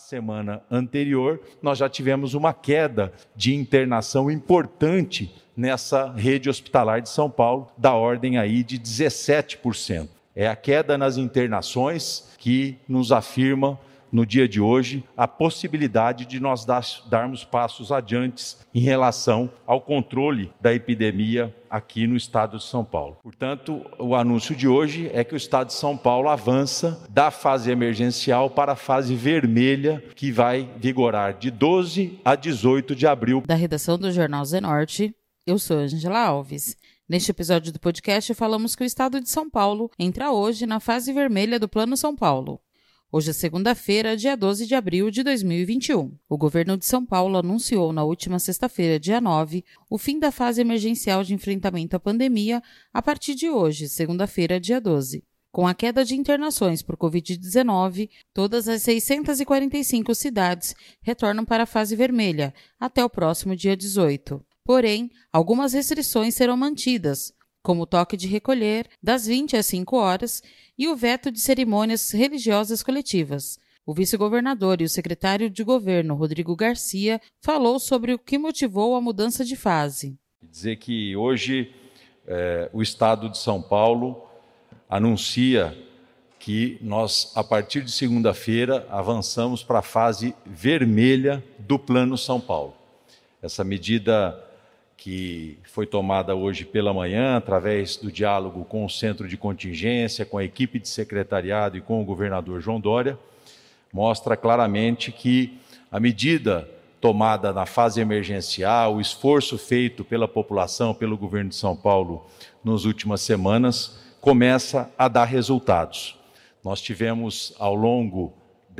semana anterior, nós já tivemos uma queda de internação importante nessa rede hospitalar de São Paulo, da ordem aí de 17%. É a queda nas internações que nos afirma, no dia de hoje, a possibilidade de nós darmos passos adiante em relação ao controle da epidemia aqui no estado de São Paulo. Portanto, o anúncio de hoje é que o estado de São Paulo avança da fase emergencial para a fase vermelha, que vai vigorar de 12 a 18 de abril. Da redação do Jornal Zenorte, eu sou Angela Alves. Neste episódio do podcast, falamos que o estado de São Paulo entra hoje na fase vermelha do Plano São Paulo. Hoje é segunda-feira, dia 12 de abril de 2021. O governo de São Paulo anunciou na última sexta-feira, dia 9, o fim da fase emergencial de enfrentamento à pandemia a partir de hoje, segunda-feira, dia 12. Com a queda de internações por Covid-19, todas as 645 cidades retornam para a fase vermelha até o próximo dia 18. Porém, algumas restrições serão mantidas, como o toque de recolher das 20 às 5 horas e o veto de cerimônias religiosas coletivas. O vice-governador e o secretário de governo, Rodrigo Garcia, falou sobre o que motivou a mudança de fase. Dizer que hoje o estado de São Paulo anuncia que nós, a partir de segunda-feira, avançamos para a fase vermelha do Plano São Paulo. Essa medida que foi tomada hoje pela manhã, através do diálogo com o centro de contingência, com a equipe de secretariado e com o governador João Dória, mostra claramente que a medida tomada na fase emergencial, o esforço feito pela população, pelo governo de São Paulo nas últimas semanas, começa a dar resultados. Nós tivemos, ao longo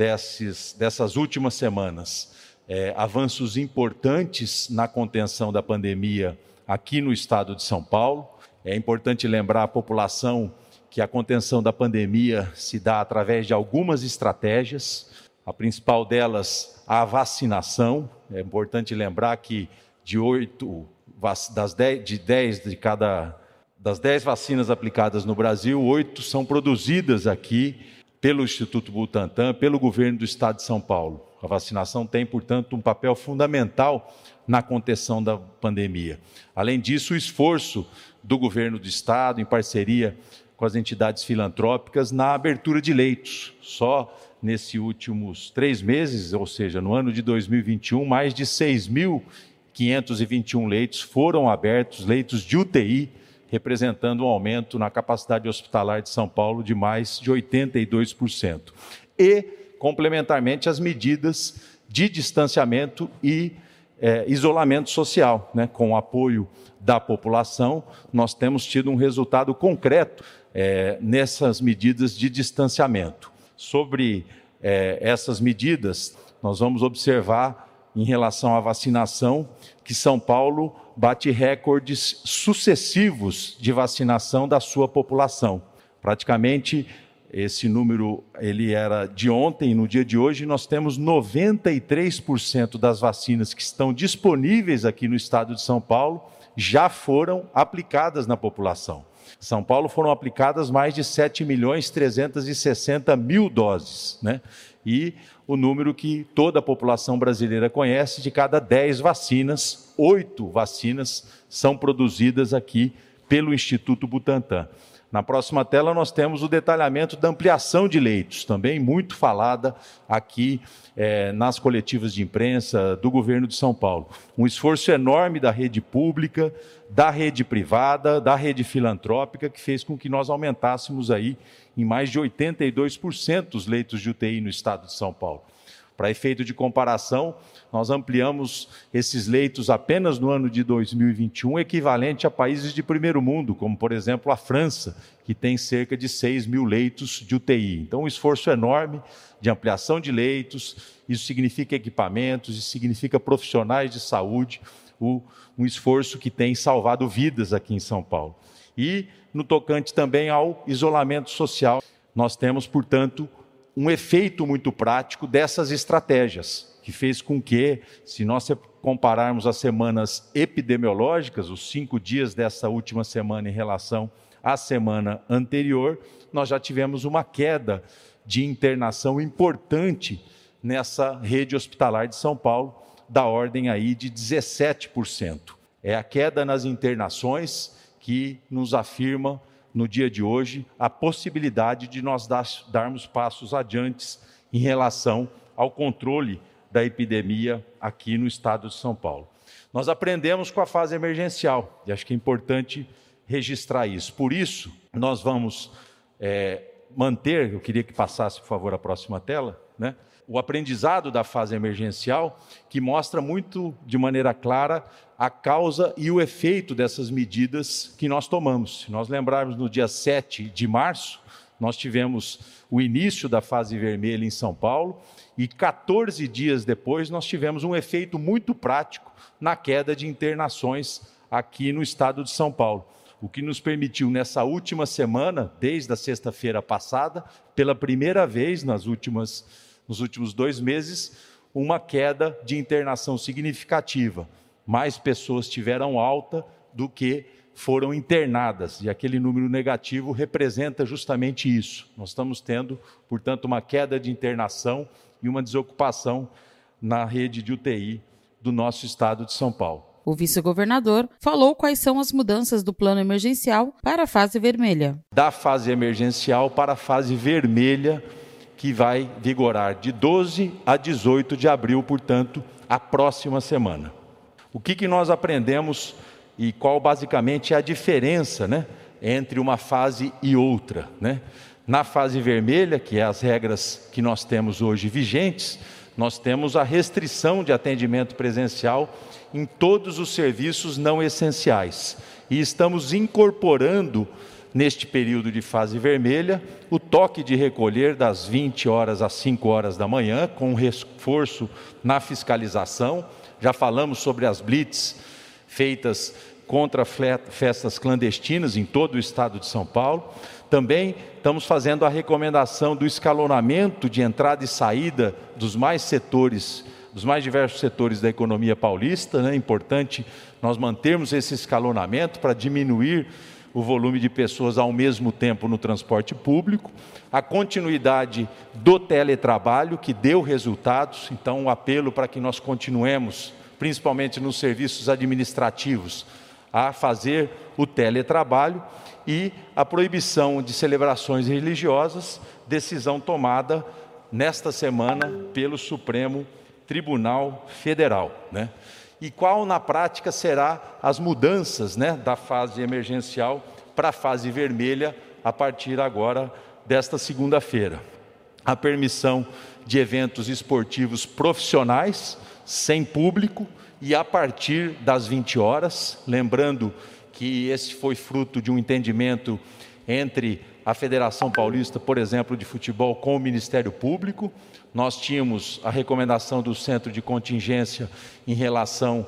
dessas últimas semanas, avanços importantes na contenção da pandemia aqui no estado de São Paulo. É importante lembrar à população que a contenção da pandemia se dá através de algumas estratégias. A principal delas, a vacinação. É importante lembrar que das 10 vacinas aplicadas no Brasil, 8 são produzidas aqui pelo Instituto Butantan, pelo governo do estado de São Paulo. A vacinação tem, portanto, um papel fundamental na contenção da pandemia. Além disso, o esforço do governo do estado, em parceria com as entidades filantrópicas, na abertura de leitos. Só nesses últimos 3 meses, ou seja, no ano de 2021, mais de 6.521 leitos foram abertos, leitos de UTI, representando um aumento na capacidade hospitalar de São Paulo de mais de 82%. E, complementarmente, as medidas de distanciamento e isolamento social, né? Com o apoio da população, nós temos tido um resultado concreto nessas medidas de distanciamento. Sobre essas medidas, nós vamos observar, em relação à vacinação, que São Paulo bate recordes sucessivos de vacinação da sua população. Praticamente, esse número ele era de ontem, no dia de hoje, nós temos 93% das vacinas que estão disponíveis aqui no estado de São Paulo já foram aplicadas na população. Em São Paulo foram aplicadas mais de 7.360.000 doses, né? E o número que toda a população brasileira conhece, de cada 10 vacinas, 8 vacinas são produzidas aqui pelo Instituto Butantan. Na próxima tela nós temos o detalhamento da ampliação de leitos, também muito falada aqui nas coletivas de imprensa do governo de São Paulo. Um esforço enorme da rede pública, da rede privada, da rede filantrópica, que fez com que nós aumentássemos aí em mais de 82% os leitos de UTI no estado de São Paulo. Para efeito de comparação, nós ampliamos esses leitos apenas no ano de 2021, equivalente a países de primeiro mundo, como, por exemplo, a França, que tem cerca de 6.000 leitos de UTI. Então, um esforço enorme de ampliação de leitos, isso significa equipamentos, isso significa profissionais de saúde, um esforço que tem salvado vidas aqui em São Paulo. E, no tocante também ao isolamento social, nós temos, portanto, um efeito muito prático dessas estratégias, que fez com que, se nós compararmos as semanas epidemiológicas, os 5 dias dessa última semana em relação à semana anterior, nós já tivemos uma queda de internação importante nessa rede hospitalar de São Paulo, da ordem aí de 17%. É a queda nas internações que nos afirma, no dia de hoje, a possibilidade de nós darmos passos adiantes em relação ao controle da epidemia aqui no estado de São Paulo. Nós aprendemos com a fase emergencial, e acho que é importante registrar isso. Por isso, nós vamos manter, eu queria que passasse, por favor, a próxima tela, né? O aprendizado da fase emergencial, que mostra muito, de maneira clara, a causa e o efeito dessas medidas que nós tomamos. Se nós lembrarmos, no dia 7 de março, nós tivemos o início da fase vermelha em São Paulo e 14 dias depois nós tivemos um efeito muito prático na queda de internações aqui no estado de São Paulo. O que nos permitiu, nessa última semana, desde a sexta-feira passada, pela primeira vez nos últimos 2 meses, uma queda de internação significativa. Mais pessoas tiveram alta do que foram internadas, e aquele número negativo representa justamente isso. Nós estamos tendo, portanto, uma queda de internação e uma desocupação na rede de UTI do nosso estado de São Paulo. O vice-governador falou quais são as mudanças do plano emergencial para a fase vermelha. Da fase emergencial para a fase vermelha, que vai vigorar de 12 a 18 de abril, portanto, a próxima semana. O que nós aprendemos e qual basicamente é a diferença, né, entre uma fase e outra, né? Na fase vermelha, que é as regras que nós temos hoje vigentes, nós temos a restrição de atendimento presencial em todos os serviços não essenciais. E estamos incorporando, neste período de fase vermelha, o toque de recolher das 20 horas às 5 horas da manhã, com reforço na fiscalização. Já falamos sobre as blitz feitas contra festas clandestinas em todo o estado de São Paulo. Também estamos fazendo a recomendação do escalonamento de entrada e saída dos mais diversos setores da economia paulista, né? É importante nós mantermos esse escalonamento para diminuir o volume de pessoas ao mesmo tempo no transporte público. A continuidade do teletrabalho, que deu resultados, então um apelo para que nós continuemos, principalmente nos serviços administrativos, a fazer o teletrabalho, e a proibição de celebrações religiosas, decisão tomada nesta semana pelo Supremo Tribunal Federal, né? E qual na prática será as mudanças, né, da fase emergencial para a fase vermelha a partir agora desta segunda-feira? A permissão de eventos esportivos profissionais sem público e a partir das 20 horas, lembrando que esse foi fruto de um entendimento entre a Federação Paulista, por exemplo, de futebol com o Ministério Público. Nós tínhamos a recomendação do Centro de Contingência em relação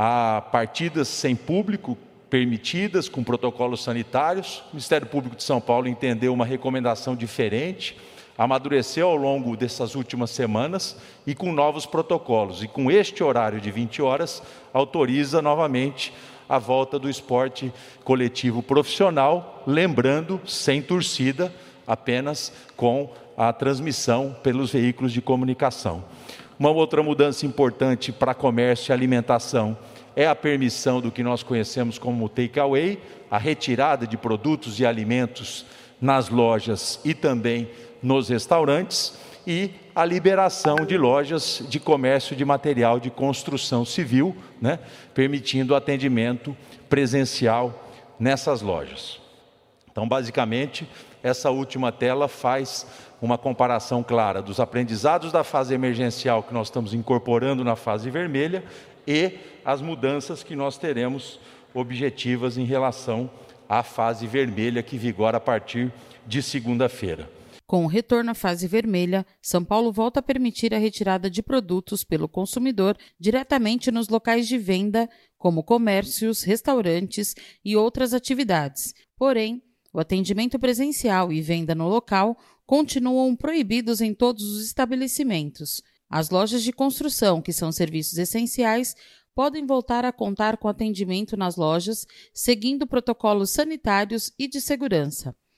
a partidas sem público permitidas, com protocolos sanitários. O Ministério Público de São Paulo entendeu uma recomendação diferente, amadureceu ao longo dessas últimas semanas e com novos protocolos. E com este horário de 20 horas, autoriza novamente a volta do esporte coletivo profissional, lembrando, sem torcida, apenas com a transmissão pelos veículos de comunicação. Uma outra mudança importante para comércio e alimentação é a permissão do que nós conhecemos como take-away, a retirada de produtos e alimentos nas lojas e também nos restaurantes, e a liberação de lojas de comércio de material de construção civil, né, permitindo atendimento presencial nessas lojas. Então, basicamente, essa última tela faz uma comparação clara dos aprendizados da fase emergencial que nós estamos incorporando na fase vermelha e as mudanças que nós teremos objetivas em relação à fase vermelha que vigora a partir de segunda-feira. Com o retorno à fase vermelha, São Paulo volta a permitir a retirada de produtos pelo consumidor diretamente nos locais de venda, como comércios, restaurantes e outras atividades. Porém, o atendimento presencial e venda no local continuam proibidos em todos os estabelecimentos. As lojas de construção, que são serviços essenciais, podem voltar a contar com atendimento nas lojas, seguindo protocolos sanitários e de segurança.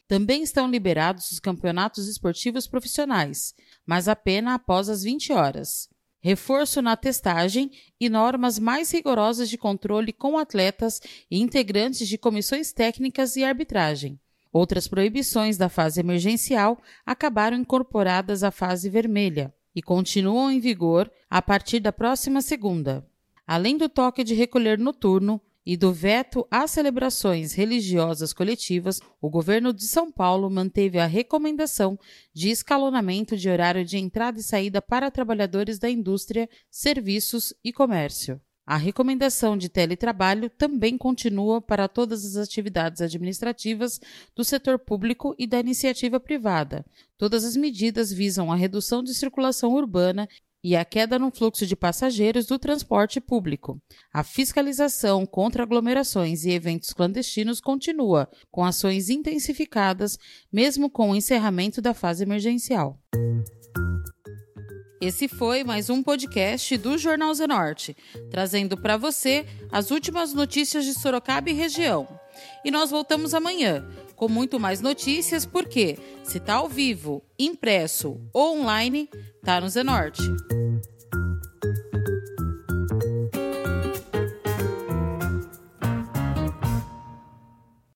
Também estão liberados os campeonatos esportivos profissionais, mas apenas após as 20 horas. Reforço na testagem e normas mais rigorosas de controle com atletas e integrantes de comissões técnicas e arbitragem. Outras proibições da fase emergencial acabaram incorporadas à fase vermelha e continuam em vigor a partir da próxima segunda. Além do toque de recolher noturno e do veto às celebrações religiosas coletivas, o governo de São Paulo manteve a recomendação de escalonamento de horário de entrada e saída para trabalhadores da indústria, serviços e comércio. A recomendação de teletrabalho também continua para todas as atividades administrativas do setor público e da iniciativa privada. Todas as medidas visam a redução de circulação urbana e a queda no fluxo de passageiros do transporte público. A fiscalização contra aglomerações e eventos clandestinos continua, com ações intensificadas, mesmo com o encerramento da fase emergencial. Esse foi mais um podcast do Jornal Zenorte, trazendo para você as últimas notícias de Sorocaba e região. E nós voltamos amanhã, com muito mais notícias, porque se está ao vivo, impresso ou online, está no Zenorte.